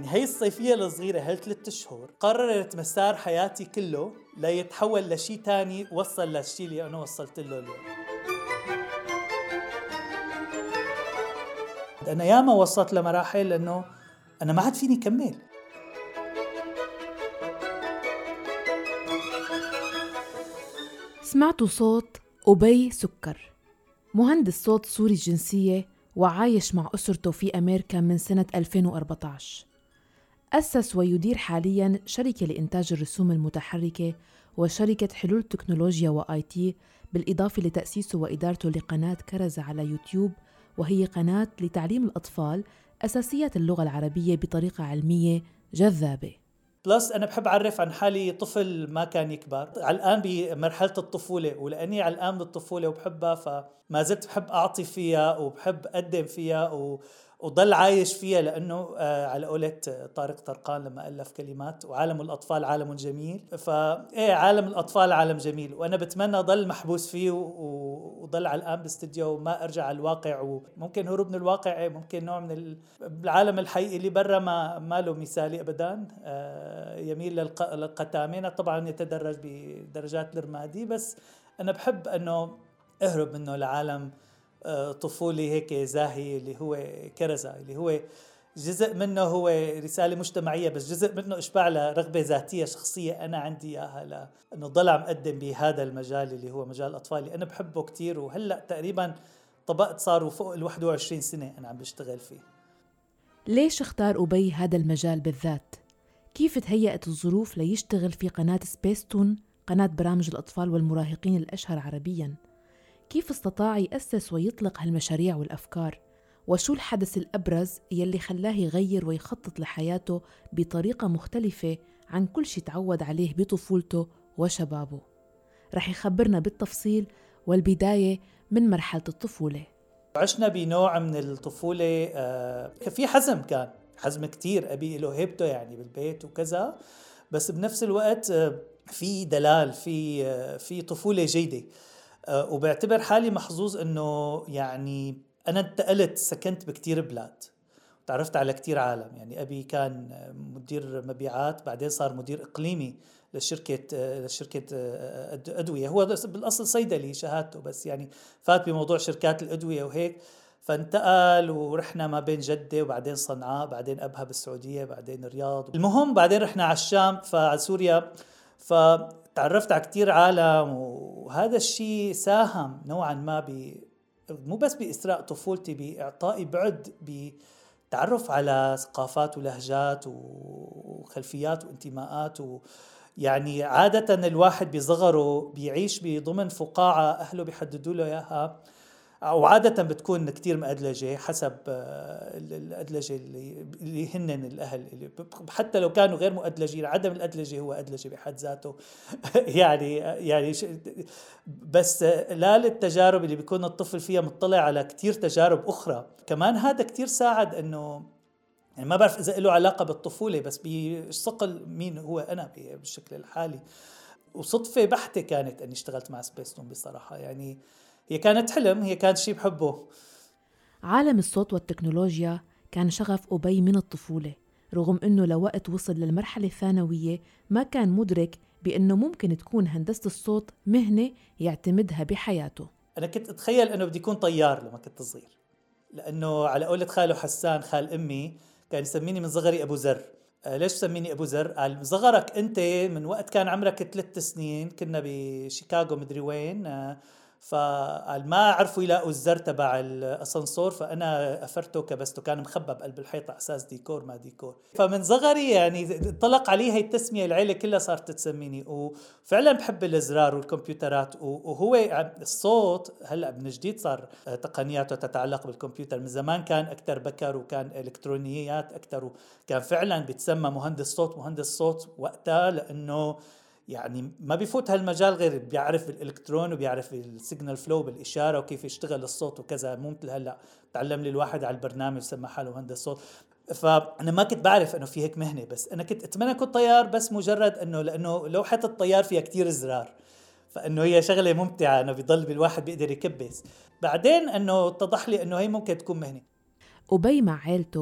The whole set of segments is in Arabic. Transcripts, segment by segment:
يعني هي الصيفية الصغيرة هل 3 أشهر قررت مسار حياتي كله ليتحول لشي تاني وصل للشي اللي أنا وصلت له اليوم. أنا ياما وصلت لمراحل أنه أنا ما عاد فيني كمل. سمعتوا صوت أبي سكر، مهندس صوت سوري الجنسية وعايش مع أسرته في أمريكا من سنة 2014. أسس ويدير حالياً شركة لإنتاج الرسوم المتحركة وشركة حلول تكنولوجيا وIT، بالإضافة لتأسيسه وإدارته لقناة كرزة على يوتيوب، وهي قناة لتعليم الأطفال أساسيات اللغة العربية بطريقة علمية جذابة. بلس أنا بحب أعرف عن حالي طفل ما كان يكبر، علقان بمرحلة الطفولة، ولأني علقان بالطفولة وبحبها فما زلت بحب أعطي فيها وبحب أقدم فيها وضل عايش فيها، لأنه على قولة طارق طرقان لما ألف كلمات وعالم الأطفال عالم جميل، فإيه عالم الأطفال عالم جميل، وأنا بتمنى ضل محبوس فيه وضل علقان باستديو وما أرجع على الواقع، وممكن هروب من الواقع، ممكن نوع من العالم الحقيقي اللي برا ما له مثالي أبدا، يميل للقتامة، طبعا يتدرج بدرجات الرمادي، بس أنا بحب أنه أهرب منه لعالم طفولي هيك زاهي اللي هو كرزة، اللي هو جزء منه هو رسالة مجتمعية، بس جزء منه إشباع لرغبة ذاتية شخصية أنا عندي إياها، لأنه ضل عم أقدم بهذا المجال اللي هو مجال الأطفال اللي أنا بحبه كتير، وهلأ تقريبا طبقت صاروا فوق 21 سنة أنا عم بشتغل فيه. ليش اختار أبي هذا المجال بالذات؟ كيف تهيأت الظروف ليشتغل في قناة سبيستون، قناة برامج الأطفال والمراهقين الأشهر عربياً؟ كيف استطاع يأسس ويطلق هالمشاريع والأفكار؟ وشو الحدث الأبرز يلي خلاه يغير ويخطط لحياته بطريقة مختلفة عن كل شي تعود عليه بطفولته وشبابه؟ رح يخبرنا بالتفصيل، والبداية من مرحلة الطفولة. عشنا بنوع من الطفولة في حزم، كان حزم كتير، أبي له هيبته يعني بالبيت وكذا، بس بنفس الوقت في دلال، في طفولة جيدة، وبعتبر حالي محظوظ انه يعني انا انتقلت سكنت بكتير بلاد، تعرفت على كتير عالم، يعني ابي كان مدير مبيعات، بعدين صار مدير اقليمي لشركة ادوية، هو بالاصل صيدلي شهادته، بس يعني فات بموضوع شركات الادوية وهيك، فانتقل ورحنا ما بين جدة وبعدين صنعاء، بعدين أبها بالسعودية، بعدين الرياض، المهم بعدين رحنا على الشام، فعلى سوريا، فتعرفت على كتير عالم، وهذا الشيء ساهم نوعا ما مو بس بإسراء طفولتي، بإعطائي بعد بتعرف على ثقافات ولهجات وخلفيات وانتماءات، يعني عادة الواحد بصغره بيعيش بضمن فقاعة أهله بيحددوا له إياها، وعادة بتكون كتير مأدلجة حسب الأدلجة اللي هنن الأهل، اللي حتى لو كانوا غير مؤدلجين، عدم الأدلجة هو أدلجة بحد ذاته يعني بس لا للتجارب اللي بيكون الطفل فيها مطلع على كتير تجارب أخرى كمان، هذا كتير ساعد أنه يعني ما بعرف إذا له علاقة بالطفولة، بس بيصقل مين هو أنا بالشكل الحالي، وصدفة بحتة كانت أني اشتغلت مع سبيستون بصراحة، يعني هي كانت حلم، هي كانت شيء بحبه. عالم الصوت والتكنولوجيا كان شغف أبي من الطفولة، رغم أنه لوقت وصل للمرحلة الثانوية ما كان مدرك بأنه ممكن تكون هندسة الصوت مهنة يعتمدها بحياته. أنا كنت أتخيل أنه بدي يكون طيار لما كنت صغير، لأنه على قولة خاله حسان خال أمي كان يسميني من صغري أبو زر. ليش سميني أبو زر؟ قال صغرك أنت من وقت كان عمرك 3 سنين، كنا بشيكاغو مدري وين، فقال ما عرفوا يلاقوا الزر تبع الأسانسور، فأنا أفرته كبسته، كان مخبى بقلب الحيط على أساس ديكور ما ديكور، فمن صغري يعني انطلق عليه هاي التسمية، العيلة كلها صارت تسميني، وفعلا بحب الأزرار والكمبيوترات، وهو الصوت هلأ من جديد صار تقنياته تتعلق بالكمبيوتر، من زمان كان أكتر بكر وكان إلكترونيات أكتر، وكان فعلا بيتسمى مهندس صوت وقتها، لأنه يعني ما بيفوت هالمجال غير بيعرف الإلكترون وبيعرف السيجنال فلو بالإشارة وكيف يشتغل الصوت وكذا، مو مثل هلأ تعلم لي الواحد على البرنامج سمى حاله مهندس صوت. فأنا ما كنت بعرف أنه في هيك مهنة، بس أنا كنت أتمنى كنت طيار، بس مجرد لأنه لوحة الطيار فيها كتير زرار، فأنه هي شغلة ممتعة، أنه بيضل بالواحد بيقدر يكبس، بعدين أنه اتضح لي أنه هي ممكن تكون مهنة. أبي مع عيلته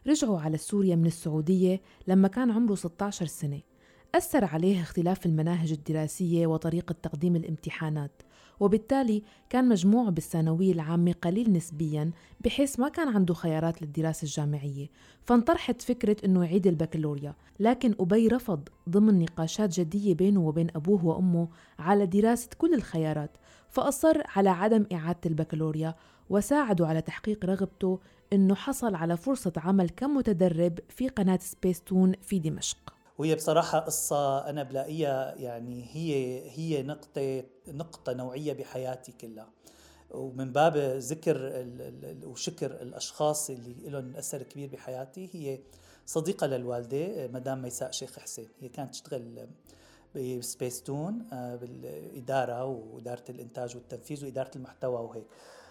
رجعوا على سوريا من السعودية لما كان عمره 16 سنة. أثر عليه اختلاف المناهج الدراسية وطريقة تقديم الامتحانات، وبالتالي كان مجموعه بالثانوية العامة قليل نسبياً، بحيث ما كان عنده خيارات للدراسة الجامعية، فانطرحت فكرة أنه يعيد البكالوريا. لكن أبي رفض ضمن نقاشات جدية بينه وبين أبوه وأمه على دراسة كل الخيارات، فأصر على عدم إعادة البكالوريا، وساعدوا على تحقيق رغبته أنه حصل على فرصة عمل كمتدرب في قناة سبيستون في دمشق. وهي بصراحة قصة أنا بلاقيها يعني هي نقطة نوعية بحياتي كلها، ومن باب ذكر وشكر الأشخاص اللي لهم أثر كبير بحياتي. هي صديقة للوالدة مدام ميساء شيخ حسين، هي كانت تشتغل بسبيستون بالإدارة وإدارة الإنتاج والتنفيذ وإدارة المحتوى وهيك،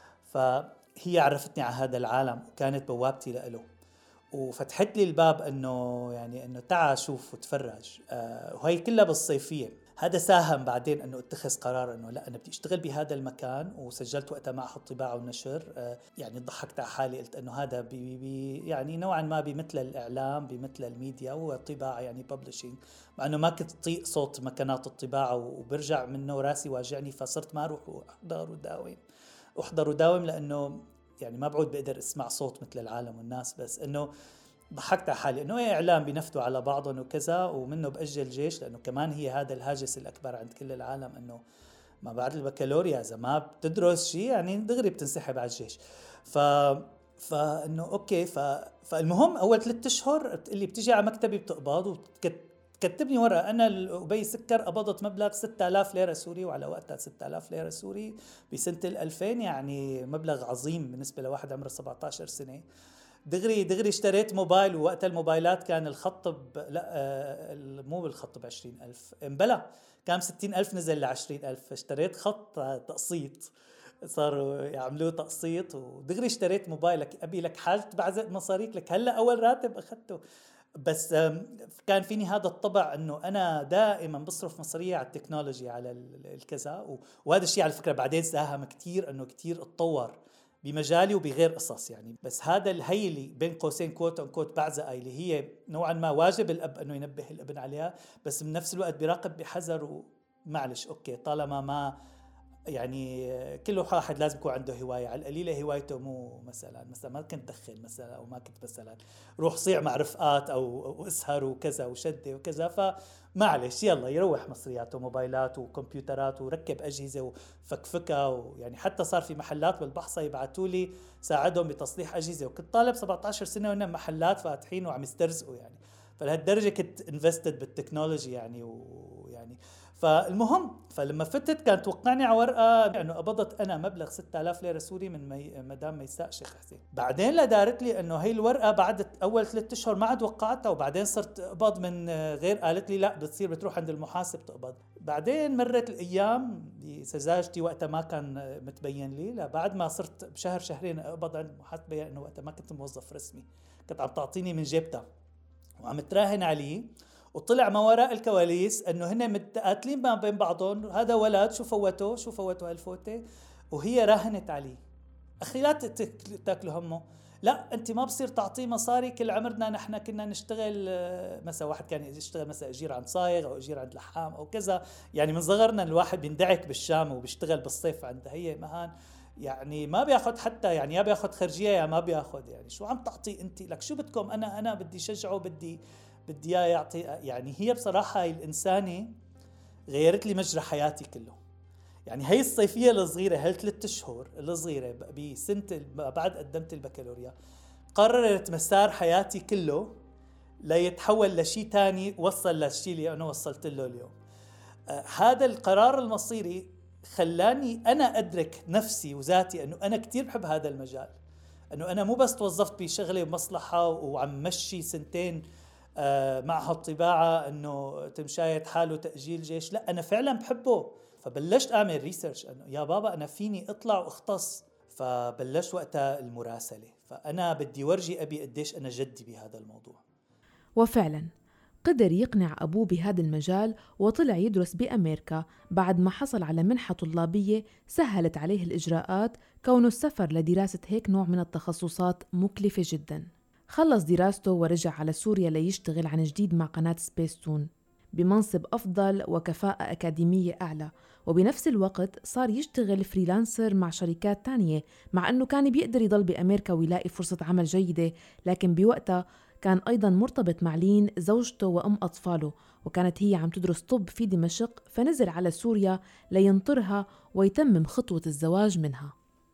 فهي عرفتني على هذا العالم وكانت بوابتي له، وفتحت لي الباب انه تعال شوف وتفرج. وهي كلها بالصيفيه. هذا ساهم بعدين انه اتخذ قرار انه لا، انا بدي اشتغل بهذا المكان، وسجلت وقتها معهد الطباعه والنشر. يعني ضحكت على حالي، قلت انه هذا يعني نوعا ما بمثل الاعلام بمثل الميديا والطباعه، يعني ببلشينج، مع انه ما كنت طيق صوت مكانات الطباعه وبرجع منه راسي واجعني، فصرت ما اروح احضر وداوم لانه يعني ما بعود بقدر اسمع صوت مثل العالم والناس. بس انه ضحكت على حالي انه اعلام بينفتوا على بعضهم وكذا، ومنه باجل جيش، لانه كمان هي هذا الهاجس الاكبر عند كل العالم انه ما بعد البكالوريا اذا ما بتدرس شيء يعني دغري بتنسحب على الجيش. فانه اوكي. فالمهم اول 3 اشهر اللي بتيجي على مكتبي بتقبض كتبني ورقة. أنا أبي سكر قبضت مبلغ 6000 ليرة سوري، وعلى وقتها 6000 ليرة سوري بسنة 2000 يعني مبلغ عظيم بالنسبة لواحد عمره 17 سنة. دغري اشتريت موبايل، ووقتها الموبايلات كان الخط مو بالخط ب20,000 امبلا، كان 60,000 نزل ل20,000. فاشتريت خط تقسيط، صاروا يعملوه تقسيط، ودغري اشتريت موبايل. أبي لك حاجة بعزق مصاريك لك هلأ أول راتب أخذته. بس كان فيني هذا الطبع انه انا دائما بصرف مصارية على التكنولوجيا على الكذا، وهذا الشيء على فكرة بعدين ساهم كتير انه كتير اتطور بمجالي وبغير قصص يعني. بس هذا الهي اللي بين قوسين كوت ان كوت بعزقة، اللي هي نوعا ما واجب الاب انه ينبه الابن عليها، بس بنفس الوقت بيراقب بحذر. ومعلش اوكي، طالما ما يعني كل واحد لازم يكون عنده هواية، على القليلة هوايته مو مثلا ما كنت دخن مثلا، أو ما كنت مثلا روح صيع مع رفقات أو أسهر وكذا وشدة وكذا، فمعلش يلا يروح مصريات وموبايلات وكمبيوترات وركب أجهزة وفكفكها. ويعني حتى صار في محلات بالبحصة يبعتوا لي ساعدهم بتصليح أجهزة، وكنت طالب 17 سنة وإنهم محلات فاتحين وعم يسترزقوا يعني. فلهالدرجة كنت انفستد بالتكنولوجي يعني. فالمهم فلما فتت كانت توقعني على ورقة انه قبضت انا مبلغ 6000 ليرة سوري من مدام ميساء شيخ حسين. بعدين لا دارت لي انه هي الورقة بعد اول 3 اشهر ما عاد وقعتها، وبعدين صرت اقبض من غير، قالت لي لا بتصير بتروح عند المحاسب تقبض. بعدين مرت الايام بسذاجتي، وقتها ما كان متبين لي، لا بعد ما صرت بشهر شهرين اقبض عند المحاسبة، انه وقتها ما كنت موظف رسمي، كنت عم تعطيني من جيبتها وعم تراهن علي. وطلع ما وراء الكواليس انه هن متقاتلين ما بين بعضهم، هذا ولد شو فوته هالفوته، وهي راهنت عليه. اخي لا تاكلوا همه، لا انت ما بصير تعطيه مصاري. كل عمرنا نحن كنا نشتغل، مثلا واحد كان يشتغل مثلا اجير عند صايغ او اجير عند لحام او كذا، يعني من صغرنا الواحد بيندعك بالشام وبيشتغل بالصيف عند هي مهان، يعني ما بياخد حتى، يعني يا بياخد خرجيه يا ما بياخد. يعني شو عم تعطي انت؟ لك شو بدكم؟ انا بدي شجعه، بدي اياه يعطي. يعني هي بصراحه هاي الانسانه غيرت لي مجرى حياتي كله. يعني هي الصيفيه الصغيره، هال 3 اشهر الصغيره بسنه بعد قدمت البكالوريا، قررت مسار حياتي كله ليتحول لشيء تاني، وصل للشيء اللي انا وصلت له اليوم. هذا القرار المصيري خلاني أنا أدرك نفسي وذاتي أنه أنا كتير بحب هذا المجال، أنه أنا مو بس توظفت بشغلة ومصلحة وعم مشي 2 معهد الطباعة أنه تمشاية حاله تأجيل جيش، لا أنا فعلا بحبه. فبلشت أعمل ريسيرش أنه يا بابا أنا فيني أطلع وأختص. فبلشت وقتها المراسلة، فأنا بدي ورجي أبي قديش أنا جدي بهذا الموضوع. وفعلا قدر يقنع أبوه بهذا المجال، وطلع يدرس بأمريكا بعد ما حصل على منحة طلابية سهلت عليه الإجراءات، كونه السفر لدراسة هيك نوع من التخصصات مكلفة جدا. خلص دراسته ورجع على سوريا ليشتغل عن جديد مع قناة سبيستون بمنصب أفضل وكفاءة أكاديمية أعلى، وبنفس الوقت صار يشتغل فريلانسر مع شركات تانية، مع أنه كان بيقدر يضل بأمريكا ويلاقي فرصة عمل جيدة، لكن بوقتها كان أيضاً مرتبط مع لين زوجته وأم أطفاله، وكانت هي عم تدرس طب في دمشق، فنزل على سوريا لينطرها ويتمم خطوة الزواج منها.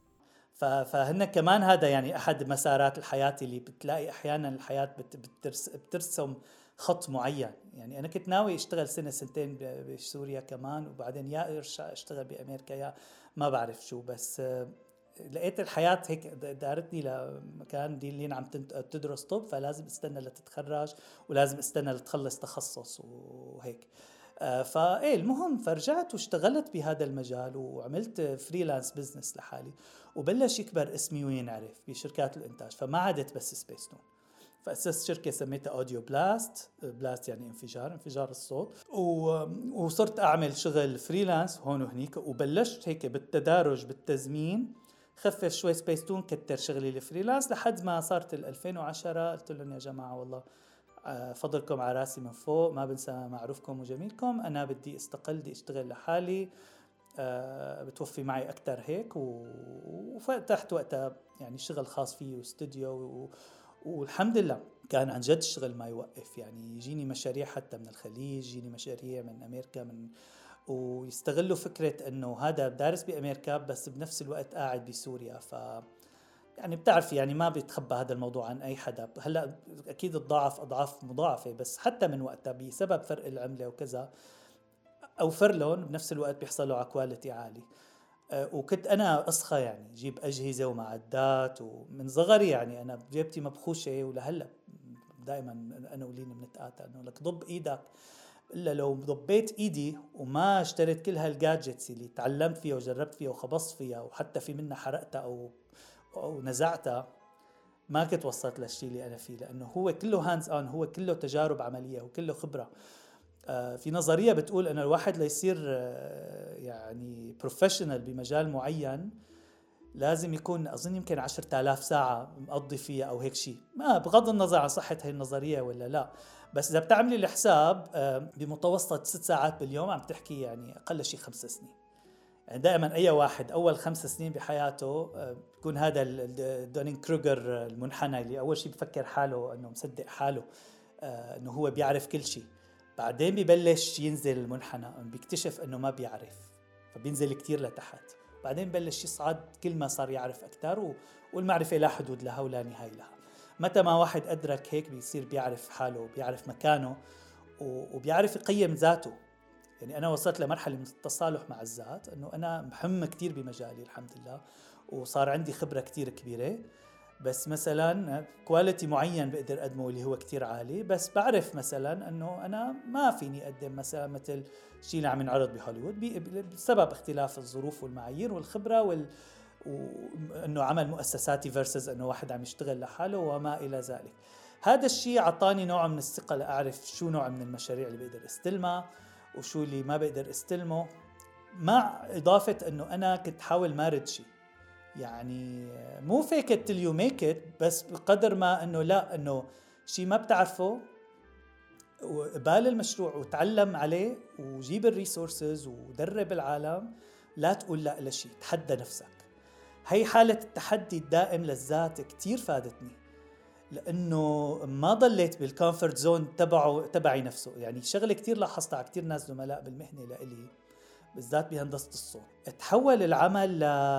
فهن كمان هذا يعني أحد مسارات الحياة اللي بتلاقي أحيانا الحياة بترسم خط معين. يعني أنا كنت ناوي أشتغل سنة سنتين بسوريا كمان، وبعدين يا أرجع أشتغل بأمريكا يا ما بعرف شو، بس لقيت الحياة هيك دارتني لمكان دي اللي عم تدرس طب، فلازم استنى لتتخرج ولازم استنى لتخلص تخصص وهيك. فايه المهم فرجعت واشتغلت بهذا المجال وعملت فريلانس بزنس لحالي، وبلش يكبر اسمي وينعرف بشركات الانتاج. فما عدت بس سبيستون، فأسست شركة سميتها أوديو بلاست. بلاست يعني انفجار الصوت. وصرت أعمل شغل فريلانس هون وهنيك، وبلشت هيك بالتدارج بالتزمين، خفف شوي سبيستون، كتر شغلي الفريلانس، لحد ما صارت 2010 قلت لهم يا جماعة والله فضلكم على راسي من فوق، ما بنسى معروفكم وجميلكم، أنا بدي استقل، بدي اشتغل لحالي، بتوفي معي أكتر هيك. وفتحت وقتها يعني شغل خاص فيه واستوديو، والحمد لله كان عن جد الشغل ما يوقف. يعني يجيني مشاريع حتى من الخليج، يجيني مشاريع من أمريكا، ويستغلوا فكرة أنه هذا دارس بأمريكا بس بنفس الوقت قاعد بسوريا. يعني بتعرف يعني ما بيتخبى هذا الموضوع عن أي حدا. هلأ أكيد الضعف أضعاف مضاعفة، بس حتى من وقتها بسبب فرق العملة وكذا أوفر لهم بنفس الوقت بيحصلوا على كواليتي عالي. وكنت أنا أسخى يعني جيب أجهزة ومعدات، ومن صغري يعني أنا جيبتي مبخوشة، ولهلأ دائما أنا وليني بنتقاتل إنه لك ضب إيدك، إلا لو ضبيت إيدي وما اشتريت كل هالجادجتس اللي تعلمت فيها وجربت فيها وخبصت فيها وحتى في منها حرقتها أو نزعتها، ما كنت وصلت للشيء اللي أنا فيه. لأنه هو كله هاندز آن، هو كله تجارب عملية وكله خبرة. في نظرية بتقول أن الواحد ليصير يعني بروفيشنال بمجال معين لازم يكون أظن يمكن 10,000 ساعة مقضي فيها أو هيك شيء، ما بغض النظر عن صحة هاي النظرية ولا لا. بس إذا بتعملي الحساب بمتوسط 6 ساعات باليوم عم تحكي يعني أقل شيء 5 سنين. يعني دائما أي واحد أول 5 سنين بحياته بيكون هذا الدونينغ كروغر المنحنى، اللي أول شيء بفكر حاله أنه مصدق حاله أنه هو بيعرف كل شيء، بعدين بيبلش ينزل المنحنى بيكتشف أنه ما بيعرف، فبينزل كتير لتحت، بعدين بلش يصعد كل ما صار يعرف أكتر، والمعرفة لا حدود لها ولا نهاية لها. متى ما واحد أدرك هيك بيصير بيعرف حاله وبيعرف مكانه وبيعرف يقيم ذاته. يعني أنا وصلت لمرحلة من التصالح مع الذات أنه أنا مهم كتير بمجالي الحمد لله، وصار عندي خبرة كتير كبيرة، بس مثلا كواليتي معين بقدر أقدمه اللي هو كتير عالي، بس بعرف مثلا أنه أنا ما فيني أقدم مثلا مثل شيء اللي عم ينعرض بهوليوود بسبب اختلاف الظروف والمعايير والخبرة وأنه عمل مؤسساتي versus أنه واحد عم يشتغل لحاله وما إلى ذلك. هذا الشيء عطاني نوع من الثقة لأعرف شو نوع من المشاريع اللي بقدر استلمها وشو اللي ما بقدر استلمه، مع إضافة أنه أنا كنت حاول مارد شيء، يعني مو fake it till you make it، بس بقدر ما أنه لا، أنه شيء ما بتعرفه وقبال المشروع وتعلم عليه وجيب الريسورسز ودرب العالم، لا تقول لا لشيء، تحدى نفسك. هي حالة التحدي الدائم للذات كتير فادتني، لأنه ما ضليت بالكومفورت زون تبعي نفسه. يعني شغلة كتير لاحظتها على كتير ناس زملاء بالمهنة لإلي بالذات بهندسة الصوت، تحول العمل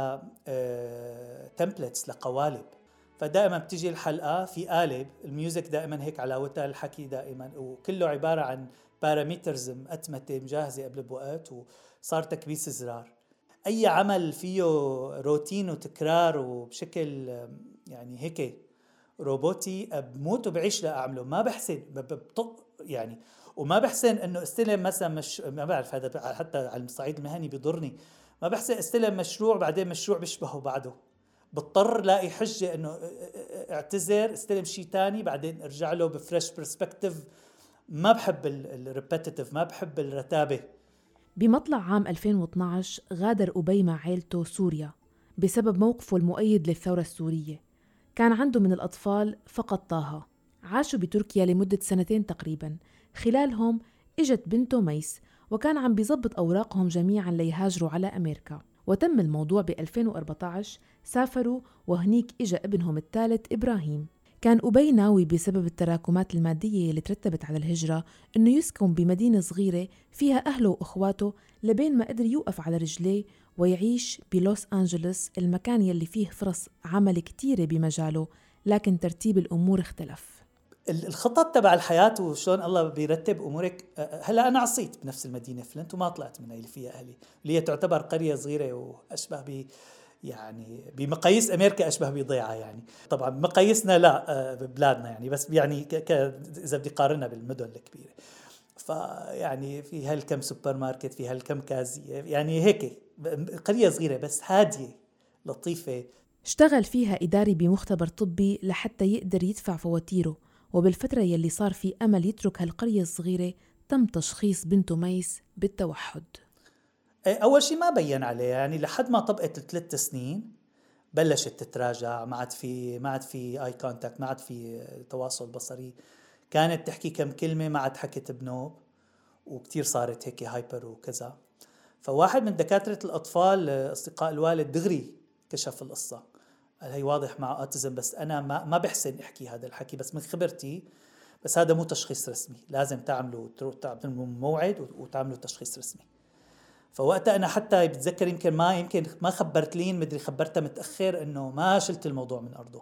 تمبلتس لقوالب. فدائما بتجي الحلقة في قالب، الميوزك دائما هيك علاوتها، الحكي دائما وكله عبارة عن بارامترز مأتمتة مجاهزة قبل بوقت وصار تكبيس زرار. أي عمل فيه روتين وتكرار وبشكل يعني هيك روبوتي بموت وبعيش لأعمله، ما بحسن بطق يعني، وما بحسن انه استلم مثلا ما بعرف هذا حتى على الصعيد المهني بيضرني، ما بحسن استلم مشروع بعدين مشروع بيشبهه بعده، بضطر لاقي حجة انه اعتذر استلم شيء تاني بعدين ارجع له بفريش برسبكتيف. ما بحب الريبيتيتيف، ما بحب الرتابة. بمطلع عام 2012 غادر أبي مع عائلته سوريا بسبب موقفه المؤيد للثورة السورية. كان عنده من الأطفال فقط طه. عاشوا بتركيا لمدة 2 تقريباً، خلالهم إجت بنته ميس، وكان عم بيزبط أوراقهم جميعاً ليهاجروا على أمريكا. وتم الموضوع ب2014، سافروا وهنيك إجا ابنهم الثالث إبراهيم. كان أبي ناوي بسبب التراكمات المادية اللي ترتبت على الهجرة إنه يسكن بمدينة صغيرة فيها أهله وأخواته لبين ما قدر يوقف على رجليه ويعيش بلوس أنجلوس، المكان يلي فيه فرص عمل كتيرة بمجاله، لكن ترتيب الأمور اختلف. الخطط تبع الحياة وشلون الله بيرتب أمورك. هلا أنا عصيت بنفس المدينة فلنت وما طلعت منها اللي فيها أهلي، اللي هي تعتبر قرية صغيرة وأشبه يعني بمقاييس أمريكا أشبه بضيعة يعني. طبعا بمقاييسنا لا ببلادنا يعني، بس يعني إذا بدي قارنها بالمدن الكبيرة، فيعني في هالكم سوبر ماركت، في هالكم كازية، يعني هيك قرية صغيرة بس هادية لطيفة. اشتغل فيها إداري بمختبر طبي لحتى يقدر يدفع فواتيره، وبالفترة يلي صار في أمل يترك هالقرية الصغيرة تم تشخيص بنته ميس بالتوحد. أول شيء ما بين عليه يعني لحد ما طبقت 3 سنين بلشت تتراجع، ما عاد في اي كونتاكت، ما عاد في تواصل بصري، كانت تحكي كم كلمة ما عاد حكت بنوب، وكتير صارت هيك هايبر وكذا. فواحد من دكاترة الأطفال أصدقاء الوالد دغري كشف القصة، قال هي واضح مع أوتيزم، بس أنا ما بحسن أحكي هذا الحكي، بس من خبرتي بس هذا مو تشخيص رسمي، لازم تعملوا موعد وتعملوا تشخيص رسمي. فوقتها أنا حتى بتذكر يمكن ما خبرت لين، مدري خبرتها متأخر إنه ما شلت الموضوع من أرضه.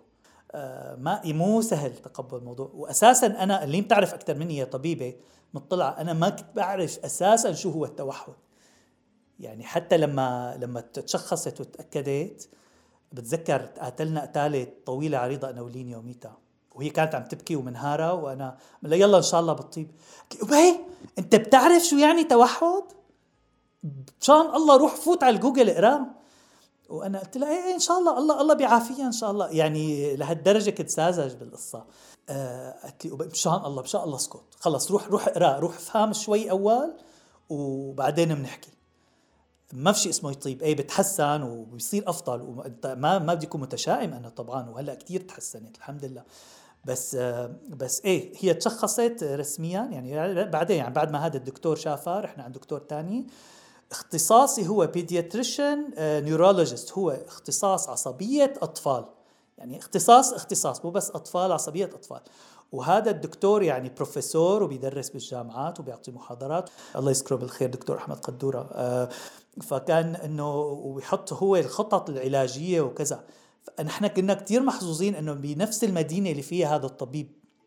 ما مو سهل تقبل الموضوع، وأساسا أنا اللي بتعرف أكتر مني يا طبيبة مطلعة، أنا ما كنت بعرف أساسا شو هو التوحد. يعني حتى لما تشخصت وتأكدت، بتذكر قاتلنا قتالة طويلة عريضة أنا ولين يوميتها، وهي كانت عم تبكي ومنهارة، وأنا يلا إن شاء الله بالطيب. أبي أنت بتعرف شو يعني توحد؟ شان الله روح فوت على الجوجل اقراه. وانا قلت لها ايه ان شاء الله، الله بيعافيها ان شاء الله، يعني لهالدرجه كنت ساذج بالقصه. قلت لي ان شاء الله اسكت خلص، روح اقراه، روح افهم شوي اول وبعدين بنحكي. ما في شيء اسمه يطيب، ايه بتحسن وبيصير افضل، وانت ما بدي اكون متشائم انا طبعا، وهلا كتير تحسنت الحمد لله. بس ايه هي تشخصت رسميا يعني بعدين، يعني بعد ما هذا الدكتور شافها رحنا عند دكتور تاني. اختصاصي هو بيدياتريشن نيورولوجيست، هو اختصاص عصبية أطفال، يعني اختصاص مو بس أطفال، عصبية أطفال. وهذا الدكتور يعني بروفيسور وبيدرس بالجامعات وبيعطي محاضرات، الله يذكره بالخير، دكتور أحمد قدورة. فكان إنه ويحط هو الخطط العلاجية وكذا. فنحن كنا كتير محظوظين إنه بنفس المدينة اللي فيها هذا الطبيب،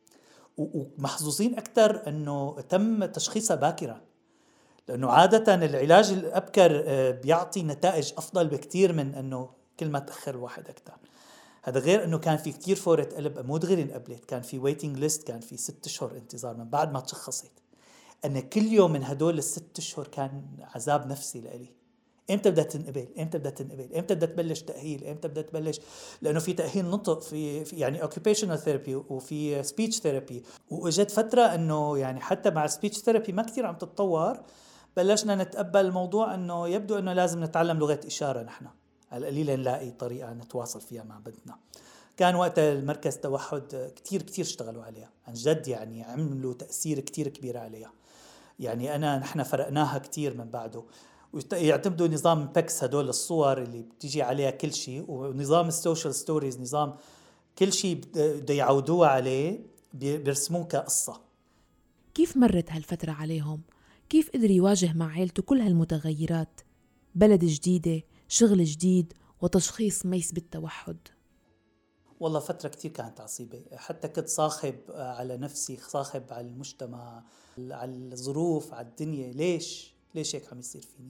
ومحظوظين أكتر إنه تم تشخيصها باكرا، لأنه عادة العلاج الأبكر بيعطي نتائج أفضل بكتير من أنه كل ما تأخر الواحد أكتر. هذا غير أنه كان في كتير فورة قلب، مو دغري انقبلت، كان في ويتنج ليست، كان في 6 أشهر انتظار من بعد ما تشخصت. أنا كل يوم من هدول ال6 أشهر كان عذاب نفسي لإلي. إمتى بدها تنقبل، إمتى بدها تبلش تأهيل، إمتى بدها تبلش، لأنه في تأهيل نطق، في يعني occupational therapy وفي speech therapy. وإجت فترة أنه يعني حتى مع speech therapy ما كتير عم تتطور، بلشنا نتقبل الموضوع أنه يبدو أنه لازم نتعلم لغة إشارة، نحن على القليل نلاقي طريقة نتواصل فيها مع بنتنا. كان وقت المركز توحد كتير اشتغلوا عليها عن جد، يعني عملوا تأثير كتير كبير عليها. يعني نحن فرقناها كتير من بعده، ويعتمدوا نظام بيكس، هدول الصور اللي بتيجي عليها كل شيء، ونظام السوشيال ستوريز، نظام كل شيء بده يعودوها عليه، بيرسموه كقصة. كيف مرت هالفترة عليهم؟ كيف قدر يواجه مع عيلته كل هالمتغيرات؟ بلد جديدة، شغل جديد، وتشخيص ميس بالتوحد. والله فترة كتير كانت عصيبة، حتى كنت صاخب على نفسي، صاخب على المجتمع، على الظروف، على الدنيا. ليش هيك عم يصير فيني؟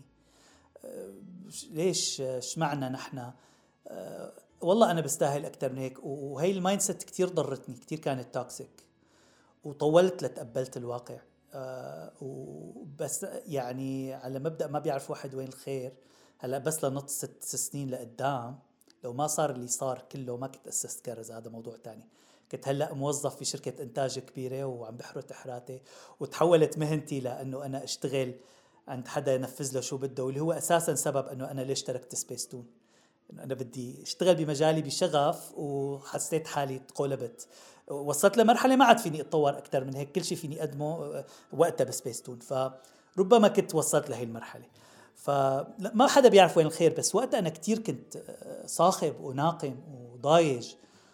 ليش شمعنا نحن؟ والله أنا بستاهل أكتر من هيك. وهي المايند سيت كتير ضرتني، كتير كانت توكسيك، وطولت لتقبلت الواقع. وبس يعني على مبدأ ما بيعرف واحد وين الخير. هلأ بس لنط 6 سنين لقدام، لو ما صار اللي صار كله ما كنت أسست كرز، هذا موضوع تاني. كنت هلأ موظف في شركة إنتاج كبيرة وعم بحرت حراتي، وتحولت مهنتي لأنه أنا أشتغل عند حدا ينفذ له شو بده، واللي هو أساسا سبب أنه أنا ليش تركت سبيستون. أنا بدي أشتغل بمجالي بشغف، وحسيت حالي تقولبت. وصلت لمرحلة ما عاد فيني أتطور أكتر من هيك، كل شيء فيني أقدمه وقتها بسبيستون، فربما كنت وصلت لهي المرحلة. فما حدا بيعرف وين الخير، بس وقتها أنا كتير كنت صاخب وناقم وضايج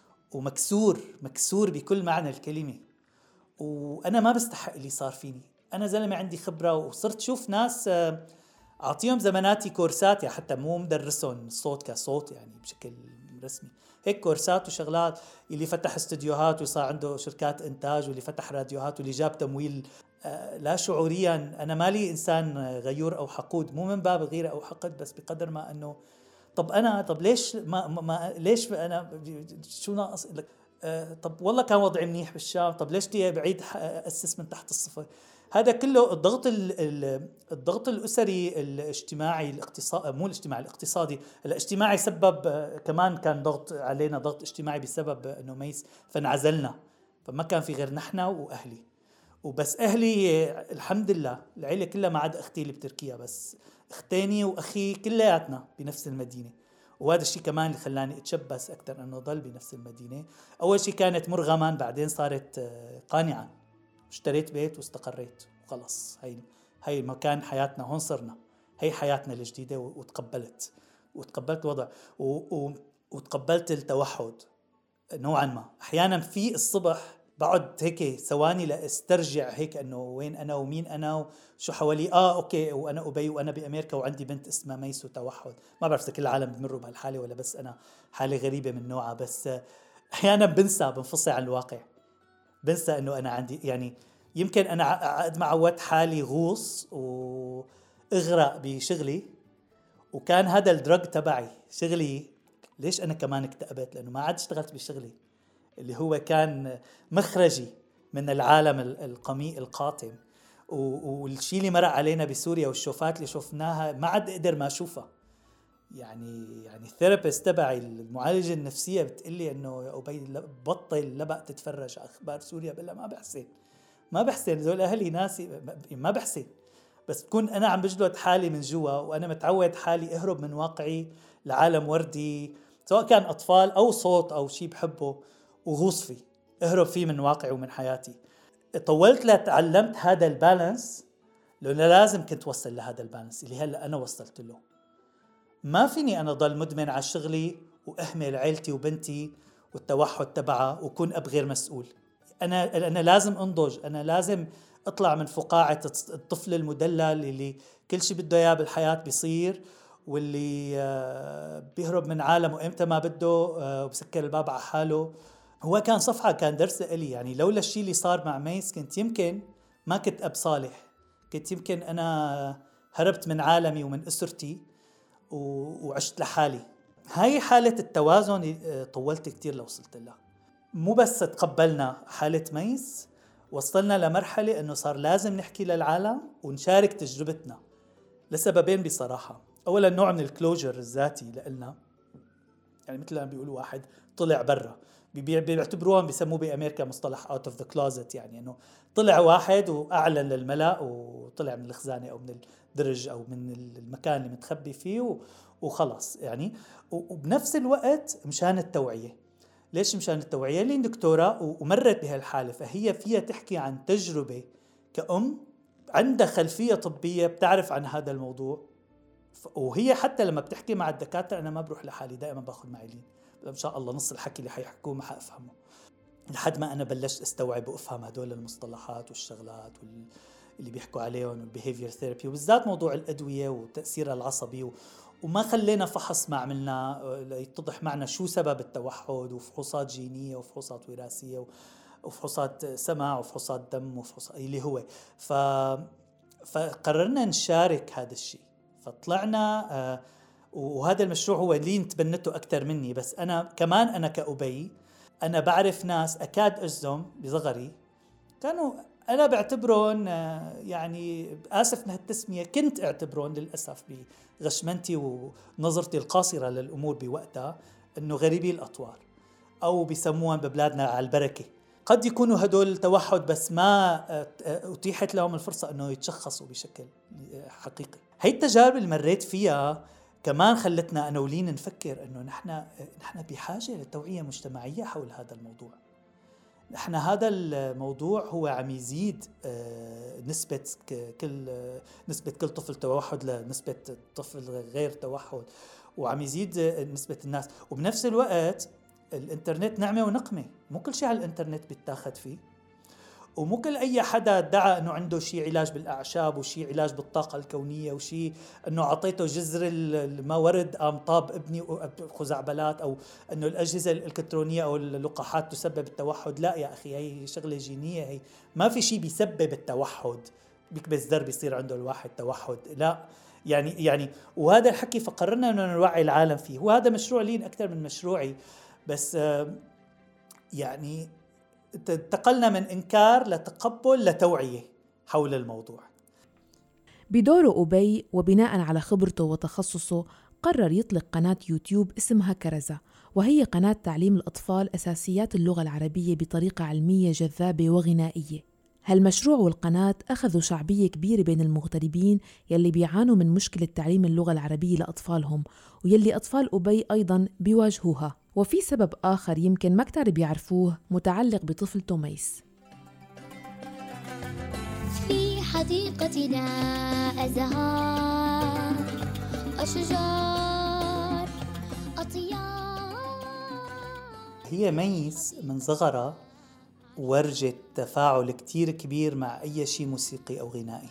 مكسور بكل معنى الكلمة، وأنا ما بستحق اللي صار فيني. أنا زلمة عندي خبرة، وصرت شوف ناس أعطيهم زماناتي كورسات، يعني حتى مو مدرسهم الصوت كصوت يعني بشكل رسمي، هيك كورسات وشغلات. اللي فتح استديوهات وصار عنده شركات إنتاج، واللي فتح راديوهات، واللي جاب تمويل. لا شعوريا أنا مالي إنسان غيور أو حقود، مو من باب غيرة أو حقد، بس بقدر ما أنه طب ليش ليش أنا شو ناقص لك؟ طب والله كان وضعي منيح بالشام، طب ليش بدي بعيد أسس من تحت الصفر؟ هذا كله الضغط الأسري الاجتماعي الاقتصادي، مو الاجتماعي الاقتصادي. الاجتماعي سبب كمان كان ضغط علينا، ضغط اجتماعي بسبب أنه ميس، فانعزلنا، فما كان في غير نحن وأهلي. وبس أهلي الحمد لله العيلة كلها ما عدا أختي اللي بتركيا، بس أختيني وأخي كلياتنا بنفس المدينة. وهذا الشيء كمان اللي خلاني أتشبث أكتر أنه ضل بنفس المدينة. أول شيء كانت مرغما، بعدين صارت قانعا. اشتريت بيت واستقريت وخلص، هاي مكان حياتنا، هون صرنا، هاي حياتنا الجديدة. وتقبلت الوضع، وتقبلت التوحد نوعا ما. أحيانا في الصبح بقعد هيك ثواني لاسترجع هيك انه وين انا ومين انا وشو حوالي. اوكي، وانا ابي، وانا بامريكا، وعندي بنت اسمها ميس، وتوحد. ما بعرف اذا كل العالم بمروا بهالحاله ولا بس انا حاله غريبه من نوعها. بس احيانا بنفصل عن الواقع، بنسى انه انا عندي، يعني يمكن انا قد ما عودت حالي غوص واغرق بشغلي، وكان هذا الدرج تبعي شغلي. ليش انا كمان اكتئبت؟ لانه ما عاد اشتغلت بشغلي اللي هو كان مخرجي من العالم القاتم. والشيء اللي مرق علينا بسوريا والشوفات اللي شفناها ما عاد اقدر ما اشوفها. يعني الثيرابيست تبعي المعالجة النفسية بتقلي انه يا أبي بطل لبق تتفرج على اخبار سوريا. بلا ما بحسن ذول اهلي ناسي، ما بحسن. بس بكون انا عم بجلد حالي من جوا، وانا متعود حالي اهرب من واقعي لعالم وردي، سواء كان اطفال او صوت او شيء بحبه، وغوص فيه، اهرب فيه من واقعي ومن حياتي. طولت لتعلمت هذا البالانس، لأنه لازم كنت وصل لهذا البالانس اللي هلأ أنا وصلت له. ما فيني أنا ضل مدمن على شغلي وأهمل عيلتي وبنتي والتوحد تبعها وكون أب غير مسؤول. أنا لازم أنضج، أنا لازم أطلع من فقاعة الطفل المدلل اللي كل شيء بده إياه بالحياة بيصير، واللي بيهرب من عالمه إمتى ما بده وبسكر الباب على حاله. هو كان صفحة، كان درس لي. يعني لولا الشيء اللي صار مع ميس كنت يمكن ما كنت أب صالح، كنت يمكن أنا هربت من عالمي ومن أسرتي وعشت لحالي. هاي حالة التوازن طولت كتير لوصلت لها. مو بس تقبلنا حالة ميس، وصلنا لمرحلة أنه صار لازم نحكي للعالم ونشارك تجربتنا لسببين بصراحة. أولا نوع من الكلوجر الذاتي لإلنا، يعني مثل ما بيقولوا واحد طلع برا، بيعتبروهم بيسموه بأمريكا مصطلح out of the closet، يعني أنه طلع واحد وأعلن للملأ وطلع من الخزانة أو من الدرج أو من المكان اللي متخبي فيه وخلص يعني. وبنفس الوقت مشان التوعية. ليش مشان التوعية؟ اللي دكتورة ومرت بهالحالة، فهي فيها تحكي عن تجربة كأم عندها خلفية طبية بتعرف عن هذا الموضوع. وهي حتى لما بتحكي مع الدكاترة، أنا ما بروح لحالي، دائما باخذ معي لين، إن شاء الله نص الحكي اللي حيحكوه ما حأفهمه، لحد ما أنا بلشت أستوعب وأفهم هدول المصطلحات والشغلات اللي بيحكوا عليهم والبيهيفير ثيرابي، وبالذات موضوع الأدوية وتأثيرها العصبي. وما خلينا فحص ما عملنا يتضح معنا شو سبب التوحد، وفحوصات جينية وفحوصات وراثية وفحوصات سمع وفحوصات دم وفحوصات اللي هو فقررنا نشارك هذا الشيء. فطلعنا وهذا المشروع هو اللي تبنته أكتر مني، بس أنا كمان أنا كأبي أنا بعرف ناس أكاد أجزم بصغري كانوا أنا بعتبرون، يعني آسف من هالتسمية، كنت أعتبرون للأسف بغشمنتي ونظرتي القاصرة للأمور بوقتها أنه غريبي الأطوار، أو بيسموهم ببلادنا على البركة. قد يكونوا هدول توحد بس ما أتيحت لهم الفرصة أنه يتشخصوا بشكل حقيقي. هاي التجارب اللي مريت فيها كمان خلتنا أنا ولين نفكر أنه نحن بحاجة لتوعية مجتمعية حول هذا الموضوع. نحن هذا الموضوع هو عم يزيد نسبة كل طفل توحد لنسبة طفل غير توحد، وعم يزيد نسبة الناس. وبنفس الوقت الانترنت نعمة ونقمة، مو كل شيء على الانترنت بيتاخد فيه، ومو كل أي حدا ادعى أنه عنده شيء علاج بالأعشاب وشيء علاج بالطاقة الكونية وشيء أنه عطيته جزر ما ورد قام طاب ابني خزعبلات، أو أنه الأجهزة الإلكترونية أو اللقاحات تسبب التوحد. لا يا أخي، هي شغلة جينية، هي ما في شيء بيسبب التوحد بيكبس زر بيصير عنده الواحد توحد. لا يعني وهذا الحكي فقررنا أنه نوعي العالم فيه. وهذا مشروع لين أكثر من مشروعي، بس يعني انتقلنا من إنكار لتقبل لتوعية حول الموضوع. بدوره أبي وبناء على خبرته وتخصصه قرر يطلق قناة يوتيوب اسمها كرزة، وهي قناة تعليم الأطفال أساسيات اللغة العربية بطريقة علمية جذابة وغنائية. هالمشروع والقناة أخذوا شعبية كبيرة بين المغتربين يلي بيعانوا من مشكلة تعليم اللغة العربية لأطفالهم، ويلي أطفال أبي أيضاً بيواجهوها. وفي سبب آخر يمكن ما كتار بيعرفوه متعلق بطفلته ميس. في حديقتنا أزهار، أشجار، أطيار. هي ميس من صغرها ورجت تفاعل كتير كبير مع أي شيء موسيقي أو غنائي.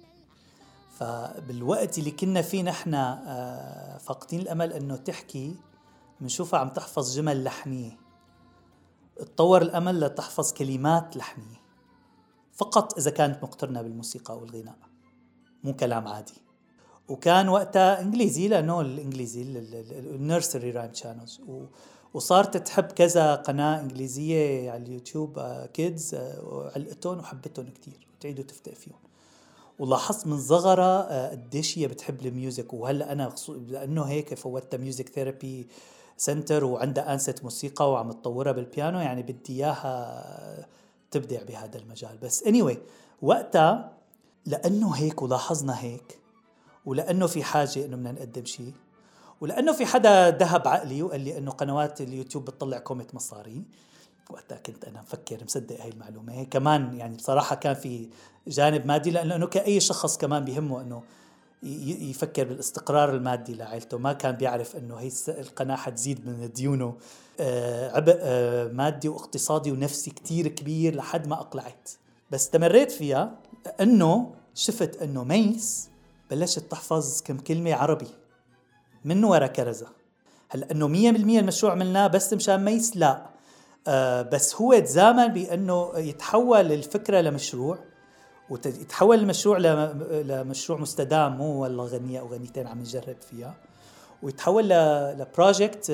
فبالوقت اللي كنا فيه نحن فاقدين الأمل أنه تحكي، منشوفها عم تحفظ جمل لحنية. اتطور الأمل لتحفظ كلمات لحنية فقط إذا كانت مقترنة بالموسيقى أو الغناء، مو كلام عادي. وكان وقتها إنجليزي، لأنه الإنجليزي النيرسري رايم تشانلز، وصارت تحب كذا قناة إنجليزية على اليوتيوب كيدز، وعلقتهم وحبتهم كتير وتعيد وتفتق فيهم. ولاحظت من صغرها قديش هي بتحب الميوزك. وهلأ أنا لأنه هيك فوتها ميوزك ثيرابي سنتر وعندها أنسة موسيقى وعم تطورها بالبيانو، يعني بدي إياها تبدع بهذا المجال. بس anyway وقتها لأنه هيك ولاحظنا هيك، ولأنه في حاجة إنه بدنا نقدم شيء، ولأنه في حدا ذهب عقلي وقال لي إنه قنوات اليوتيوب بتطلع كومة مصاري. وقتها كنت أنا مفكر مصدق هاي المعلومة. هي كمان يعني بصراحة كان في جانب مادي، لأنه كأي شخص كمان بيهمه إنه يفكر بالاستقرار المادي لعائلته. ما كان بيعرف إنه هي القناة حتزيد من ديونه عبء مادي واقتصادي ونفسي كتير كبير لحد ما أقلعت. بس استمريت فيها لأنه شفت إنه ميس بلشت تحفظ كم كلمة عربي من وراء كرزة. هل أنه 100% المشروع عملناه بس مشان ميس؟ لا، بس هو تزامن بأنه يتحول الفكرة لمشروع، ويتحول المشروع لمشروع مستدام، مو والله غنية أو غنيتين عم نجرب فيها، ويتحول لبروجكت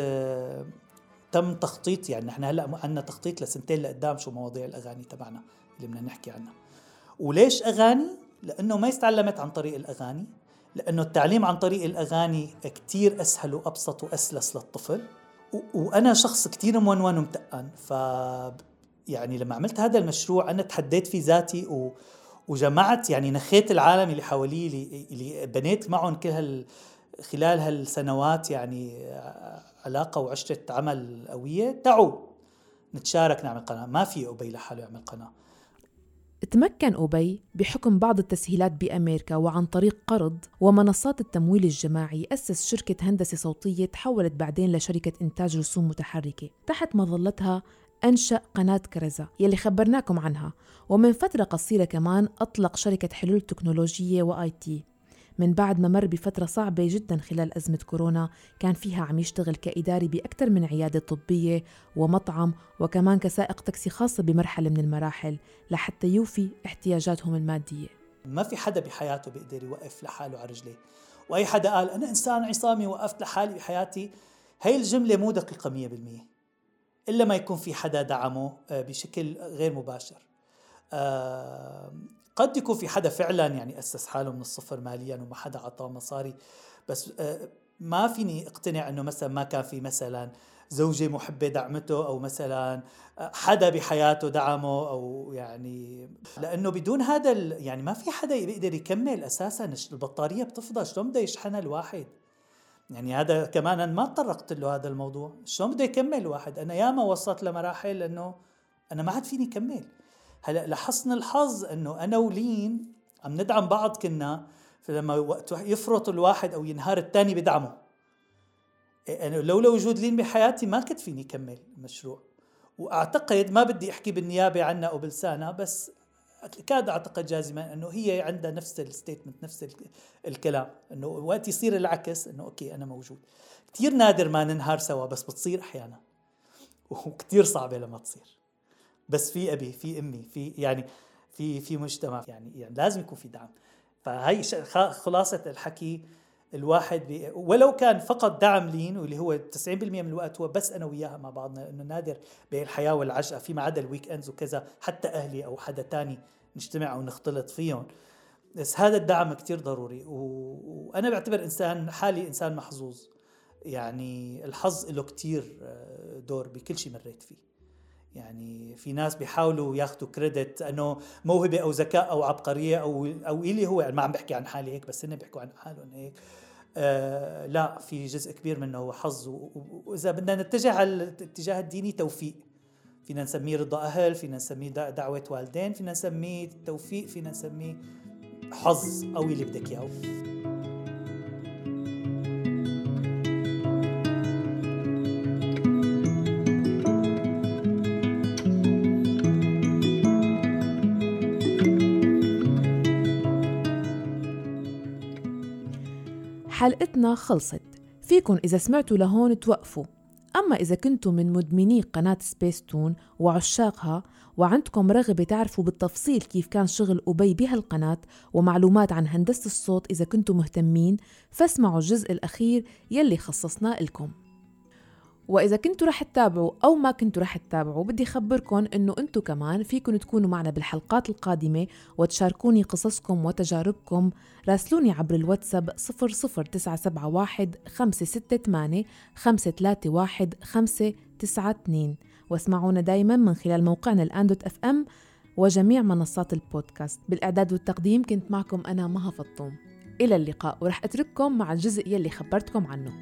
تم تخطيط. يعني نحن هلأ عندنا تخطيط لسنتين لقدام شو مواضيع الأغاني تبعنا اللي بدنا نحكي عنها. وليش أغاني؟ لأنه ما استعلمت عن طريق الأغاني، لأنه التعليم عن طريق الأغاني كتير أسهل وأبسط وأسلس للطفل. وأنا شخص كتير مونون ومتقن، يعني لما عملت هذا المشروع أنا تحديت في ذاتي وجمعت يعني نخيت العالم اللي حوالي اللي بنيت معهم خلال هالسنوات يعني علاقة وعشرة عمل قوية. تعوا نتشارك نعمل قناة. ما في أبي لحاله يعمل قناة. تمكن أبي بحكم بعض التسهيلات بأمريكا وعن طريق قرض ومنصات التمويل الجماعي أسس شركة هندسة صوتية تحولت بعدين لشركة إنتاج رسوم متحركة. تحت مظلتها أنشأ قناة كرزة يلي خبرناكم عنها، ومن فترة قصيرة كمان أطلق شركة حلول تكنولوجية وآي تي. من بعد ما مر بفترة صعبة جدا خلال أزمة كورونا، كان فيها عم يشتغل كإداري بأكثر من عيادة طبية ومطعم، وكمان كسائق تاكسي خاصة بمرحلة من المراحل لحتى يوفي احتياجاتهم المادية. ما في حدا بحياته بيقدر يوقف لحاله على رجليه، وأي حدا قال أنا إنسان عصامي وقفت لحالي بحياتي، هاي الجملة مو دقيقة 100%، إلا ما يكون في حدا دعمه بشكل غير مباشر. قد يكون في حدا فعلا يعني أسس حاله من الصفر ماليا وما حدا عطاه مصاري، بس ما فيني اقتنع أنه مثلا ما كان في مثلا زوجة محبة دعمته، أو مثلا حدا بحياته دعمه، أو يعني لأنه بدون هذا يعني ما في حدا بيقدر يكمل أساسا. البطارية بتفضى، شلون بده يشحنها الواحد؟ يعني هذا كمان أنا ما تطرقت له هذا الموضوع. شلون بده يكمل واحد؟ أنا ياما وصلت لمراحل أنه أنا ما عاد فيني كمل. هلأ لحسن الحظ أنه أنا ولين عم ندعم بعض كنا، فلما وقت يفرط الواحد أو ينهار التاني بدعمه. أنا لولا وجود لين بحياتي ما كنت فيني كمل المشروع. وأعتقد ما بدي أحكي بالنيابة عنها أو بلسانها، بس كاد أعتقد جازما أنه هي عندها نفس الستيتمنت، نفس الكلام، أنه وقت يصير العكس أنه أوكي أنا موجود. كتير نادر ما ننهار سوا، بس بتصير أحيانا، وكتير صعبة لما تصير. بس في أبي، في أمي، في يعني في مجتمع، يعني لازم يكون في دعم. فهي خلاصة الحكي. الواحد ولو كان فقط دعم لين، واللي هو 90% من الوقت هو بس أنا وياها مع بعضنا، إنه نادر بالحياة والعجقة فيما عدا الويك أندز وكذا حتى أهلي أو حدا تاني نجتمع أو نختلط فيهم. بس هذا الدعم كتير ضروري. وأنا بعتبر إنسان حالي إنسان محظوظ، يعني الحظ له كتير دور بكل شيء مريت فيه. يعني في ناس بيحاولوا ياخدوا كريدت انه موهبه او ذكاء او عبقريه او اللي هو، يعني ما عم بحكي عن حالي هيك، بس هن بيحكوا عن حالهم هيك. لا، في جزء كبير منه هو حظ. واذا بدنا نتجه على الاتجاه الديني، توفيق. فينا نسميه رضا اهل، فينا نسميه دعوه والدين، فينا نسميه توفيق، فينا نسميه حظ، او اللي بدك اياه. حلقتنا خلصت. فيكن إذا سمعتوا لهون توقفوا. أما إذا كنتوا من مدمني قناة سبيستون وعشاقها وعندكم رغبة تعرفوا بالتفصيل كيف كان شغل أبي بهالقناة ومعلومات عن هندسة الصوت، إذا كنتوا مهتمين فاسمعوا الجزء الأخير يلي خصصناه لكم. وإذا كنتوا رح تتابعوا أو ما كنتوا رح تتابعوا، بدي خبركن إنه أنتوا كمان فيكن تكونوا معنا بالحلقات القادمة وتشاركوني قصصكم وتجاربكم. راسلوني عبر الواتساب 00971 568 531 592، واسمعونا دايما من خلال موقعنا الآن.fm وجميع منصات البودكاست. بالإعداد والتقديم كنت معكم أنا مها فطوم. إلى اللقاء، ورح أترككم مع الجزء يلي خبرتكم عنه.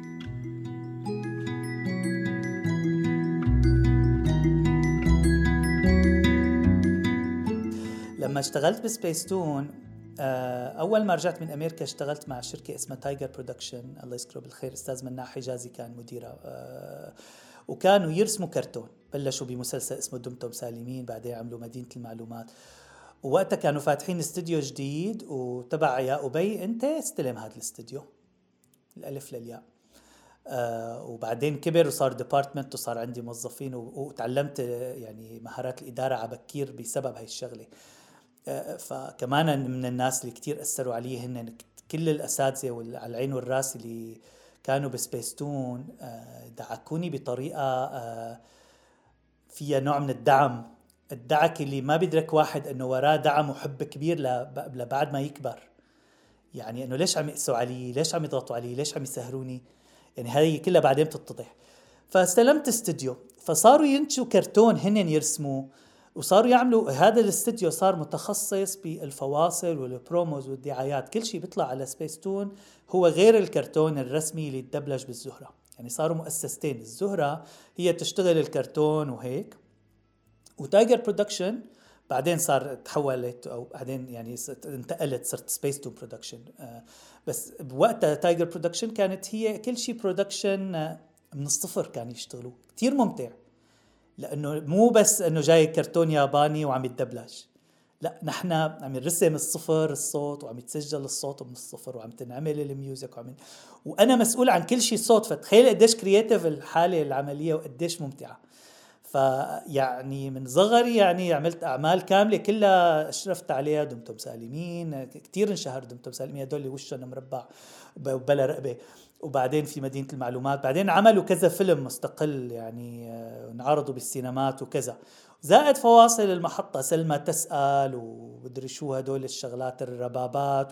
لما اشتغلت بسبيستون، أول ما رجعت من أمريكا اشتغلت مع شركة اسمها تايجر برودكشن، الله يذكره بالخير، أستاذ مناع حجازي كان مديرها. وكانوا يرسموا كرتون. بلشوا بمسلسل اسمه دمتم سالمين، بعدين عملوا مدينة المعلومات. ووقتها كانوا فاتحين استوديو جديد، وتبع يا أبي أنت استلم هذا الاستوديو، الألف للياء. وبعدين كبر وصار ديبارتمنت وصار عندي موظفين، وتعلمت يعني مهارات الإدارة عبكير بسبب هاي الشغلة. فكمان من الناس اللي كتير أثروا علي هن كل الأساتذة على العين والراس اللي كانوا بسبيستون، دعكوني بطريقة فيها نوع من الدعك اللي ما بيدرك واحد أنه وراه دعم وحب كبير لبعد ما يكبر. يعني أنه ليش عم يقسوا علي، ليش عم يضغطوا علي، ليش عم يسهروني، يعني هذه كلها بعدين بتتضح. فاستلمت استوديو، فصاروا ينتجوا كرتون هن يرسموا، وصاروا يعملوا هذا الاستوديو صار متخصص بالفواصل والبروموز والدعايات. كل شيء بيطلع على سبيستون هو غير الكرتون الرسمي اللي تدبلج بالزهرة. يعني صاروا مؤسستين، الزهرة هي تشتغل الكرتون وهيك، وتايجر برودكشن بعدين صار تحولت، أو بعدين يعني انتقلت صرت سبيستون برودكشن. بس بوقتها تايجر برودكشن كانت هي كل شيء برودكشن من الصفر، كان يشتغلوا كتير ممتع، لأنه مو بس أنه جاي كرتون ياباني وعم يتدبلج، لا، نحن عم نرسم الصفر الصوت، وعم يتسجل الصوت من الصفر، وعم تنعمل الميوزك، وأنا مسؤول عن كل شيء صوت. فتخيل قديش كرياتيف الحالة العملية وقديش ممتعة. فيعني من صغري يعني عملت أعمال كاملة كلها أشرفت عليها. دمتم سالمين كتير انشهر، دمتم سالمين هدول اللي وشهم مربع وبلا رقبة. وبعدين في مدينة المعلومات، بعدين عملوا كذا فيلم مستقل يعني نعرضوا بالسينمات وكذا، زائد فواصل المحطة سلمى تسأل وبدري شو هدول الشغلات، الربابات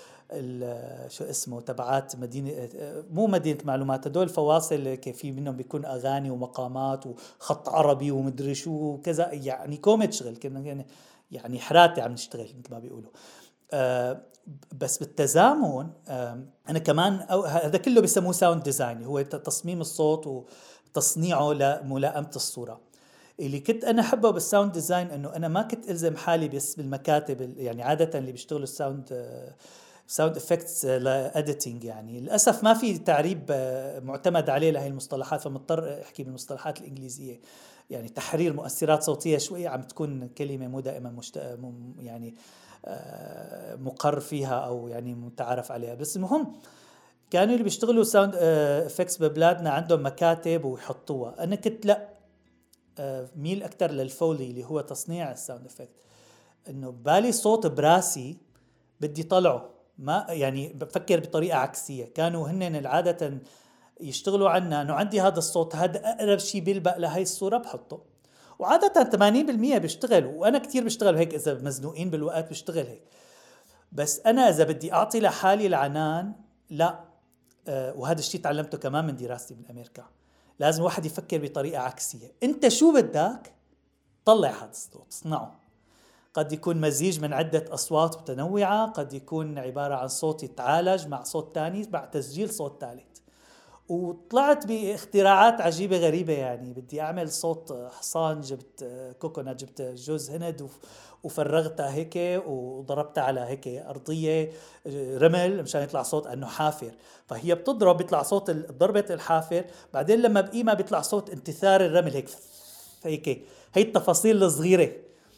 شو اسمه تبعات مدينة، مو مدينة معلومات، هدول فواصل كيف منهم بيكون أغاني ومقامات وخط عربي ومدري شو كذا، يعني كوميد شغل كنا يعني حراتي عم نشتغل مثل ما بيقولوا. بس بالتزامن أنا كمان هذا كله بيسموه ساوند ديزاين، هو تصميم الصوت وتصنيعه لملائمة الصورة. اللي كنت أنا حبه بالساوند ديزاين إنه أنا ما كنت ألزم حالي بس بالمكاتب، يعني عادة اللي بيشتغلوا ساوند افكتس لإديتينج، يعني للأسف ما في تعريب معتمد عليه لهي المصطلحات، فمضطر أحكي بالمصطلحات الإنجليزية. يعني تحرير مؤثرات صوتية شوي عم تكون كلمة مو دائما يعني مقر فيها أو يعني متعارف عليها. بس المهم كانوا اللي بيشتغلوا ساوند افكتس ببلادنا عندهم مكاتب ويحطوها. أنا كنت لا ميل أكتر للفولي اللي هو تصنيع الساوند افكت، إنه بالي صوت براسي بدي طلعه، ما يعني بفكر بطريقة عكسية. كانوا هن العادة يشتغلوا عنا إنه عندي هذا الصوت، هذا أقرب شيء بيلبق لهي الصورة بحطه، وعادة 80% بيشتغل، وأنا كتير بشتغل هيك إذا مزنوقين بالوقت بشتغل هيك. بس أنا إذا بدي أعطي لحالي العنان لا، وهذا الشيء تعلمته كمان من دراستي من أمريكا، لازم واحد يفكر بطريقة عكسية. أنت شو بدك طلع هذا الصوت، صنعه. قد يكون مزيج من عدة أصوات متنوعة، قد يكون عبارة عن صوت يتعالج مع صوت تاني مع تسجيل صوت ثالث. وطلعت باختراعات عجيبة غريبة، يعني بدي أعمل صوت حصان، جبت كوكونات، جبت جوز هند وفرغتها هيك وضربتها على هيك أرضية رمل مشان يطلع صوت أنه حافر، فهي بتضرب بيطلع صوت ضربة الحافر، بعدين لما بقيمة بيطلع صوت انتثار الرمل هيك هي التفاصيل الصغيرة.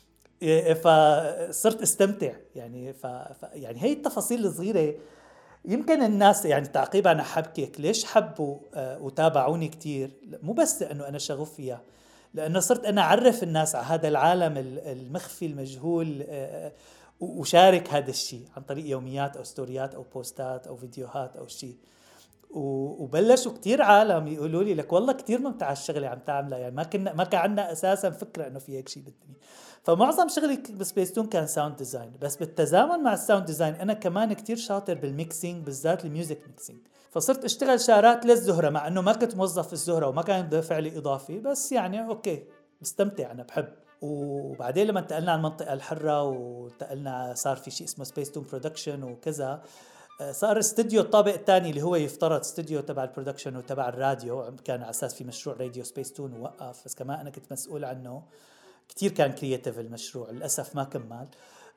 فصرت استمتع يعني يعني هي التفاصيل الصغيرة. يمكن الناس يعني تعقيبا أنا حبكيك ليش حبوا وتابعوني كتير، مو بس لأنه أنا شغوف فيها، لأنه صرت أنا أعرف الناس على هذا العالم المخفي المجهول، وشارك هذا الشيء عن طريق يوميات أو ستوريات أو بوستات أو فيديوهات أو شيء. وبلشوا كتير عالم يقولوا لي لك والله كتير ممتع الشغلة عم تعملها، يعني ما كان عندنا أساسا فكرة إنه في هيك شيء بالدنيا. فمعظم شغلي بسبيستون كان ساوند ديزاين، بس بالتزامن مع الساوند ديزاين أنا كمان كتير شاطر بالميكسينج، بالذات الميوزك ميكسينج. فصرت أشتغل شارات للزهرة، مع أنه ما كنت موظف في الزهرة وما كان دافع لي إضافي، بس يعني أوكي بستمتع، أنا بحب. وبعدين لما انتقلنا على المنطقة الحرة وانتقلنا صار في شيء اسمه سبيستون برودكشن وكذا، صار استوديو الطابق الثاني اللي هو يفترض استوديو تبع البرودكشن وتبع الراديو، كان على أساس في مشروع راديو سبيستون ووقف، بس كمان أنا كنت مسؤول عنه. كتير كان كرياتيف المشروع، للأسف ما كمل.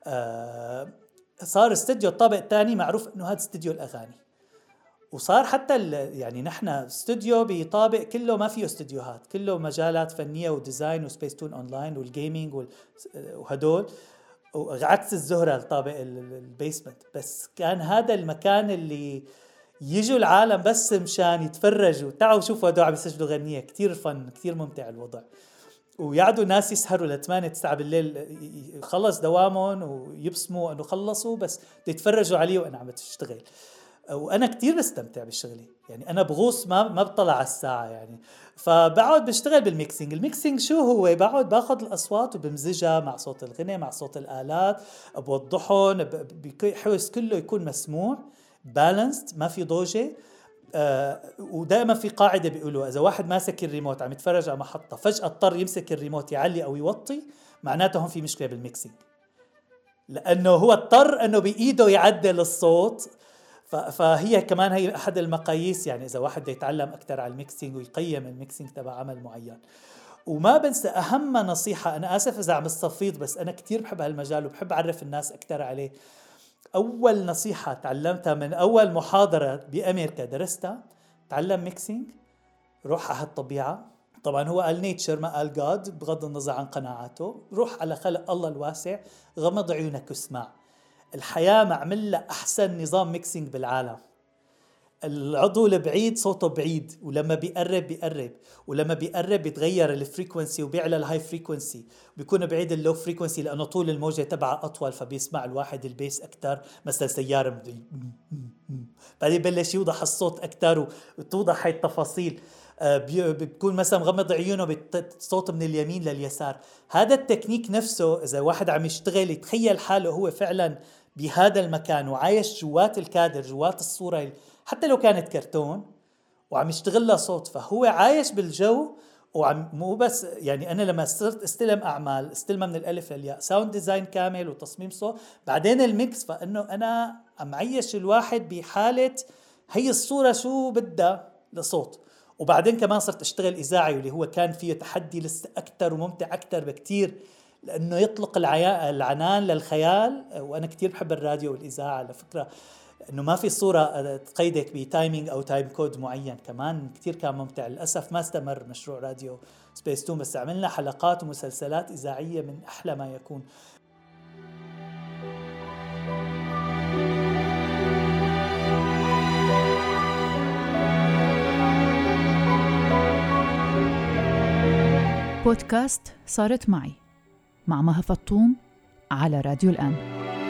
صار استوديو الطابق الثاني معروف إنه هذا استوديو الأغاني، وصار حتى يعني نحن استوديو بطابق كله ما فيه استوديوهات، كله مجالات فنية وديزاين وسبيستون أونلاين والجيمينج وهدول، وعكس الزهرة الطابق البيسمنت. بس كان هذا المكان اللي يجوا العالم بس مشان يتفرجوا، تعالوا شوفوا هدول عم يسجلوا غنية، كتير فن، كتير ممتع الوضع. ويعدوا ناس يسهروا ل8-9 بالليل، يخلص دوامهم ويبسموا انه خلصوا، بس يتفرجوا عليه وانا عم تشتغل. وانا كتير بستمتع بالشغله، يعني انا بغوص ما بطلع على الساعه يعني. فبقعد بشتغل بالميكسينج. الميكسينج شو هو؟ بقعد باخذ الاصوات وبمزجها مع صوت الغنى مع صوت الالات، بوضحهم بحيث كله يكون مسموع بالانسد، ما في ضوجه. ودائما في قاعدة بيقولوا إذا واحد ماسك الريموت عم يتفرج على محطة فجأة اضطر يمسك الريموت يعلي أو يوطي، معناته هم في مشكلة بالميكسينج، لأنه هو اضطر أنه بإيده يعدل الصوت. فهي كمان هي أحد المقاييس، يعني إذا واحد يتعلم أكتر على الميكسينج ويقيم الميكسينج تبع عمل معين. وما بنسى أهم نصيحة، أنا آسف إذا عم استفيض، بس أنا كتير بحب هالمجال وبحب أعرف الناس أكتر عليه. أول نصيحة تعلمتها من أول محاضرة بأمريكا درستها، تعلم ميكسينج، روح على الطبيعة. طبعا هو قال نيتشر ما قال جاد، بغض النظر عن قناعاته. روح على خلق الله الواسع، غمض عيونك واسمع. الحياة معمل لها أحسن نظام ميكسينج بالعالم. العضو البعيد صوته بعيد، ولما بيقرب ولما بيقرب بيتغير الفريكونسي وبيعلى الهاي فريكونسي، بيكون بعيد اللو فريكونسي لأنه طول الموجة تبعه أطول، فبيسمع الواحد البيس أكتر، مثلا سيارة بعدين بلش يوضح الصوت أكتر وتوضح هاي التفاصيل. بيكون مثلا مغمض عيونه بالصوت من اليمين لليسار. هذا التكنيك نفسه إذا واحد عم يشتغل يتخيل حاله هو فعلا بهذا المكان وعايش جوات الكادر، جوات الصورة، حتى لو كانت كرتون وعم يشتغل له صوت، فهو عايش بالجو مو بس يعني أنا لما صرت استلم أعمال استلمها من الألف للياء، ساوند ديزاين كامل وتصميم صوت، بعدين الميكس، فإنه أنا عم عيش الواحد بحالة هي الصورة شو بدها لصوت. وبعدين كمان صرت أشتغل إذاعي، واللي هو كان فيه تحدي لسه أكتر وممتع أكتر بكتير، لأنه يطلق العنان للخيال. وأنا كتير بحب الراديو والإذاعة على فكرة، إنه ما في صورة تقيدك بتايمينج أو تايم كود معين، كمان كتير كان ممتع. للأسف ما استمر مشروع راديو سبيس تون، بس عملنا حلقات ومسلسلات إذاعية من أحلى ما يكون. بودكاست صارت معي مع مها فطوم على راديو الآن.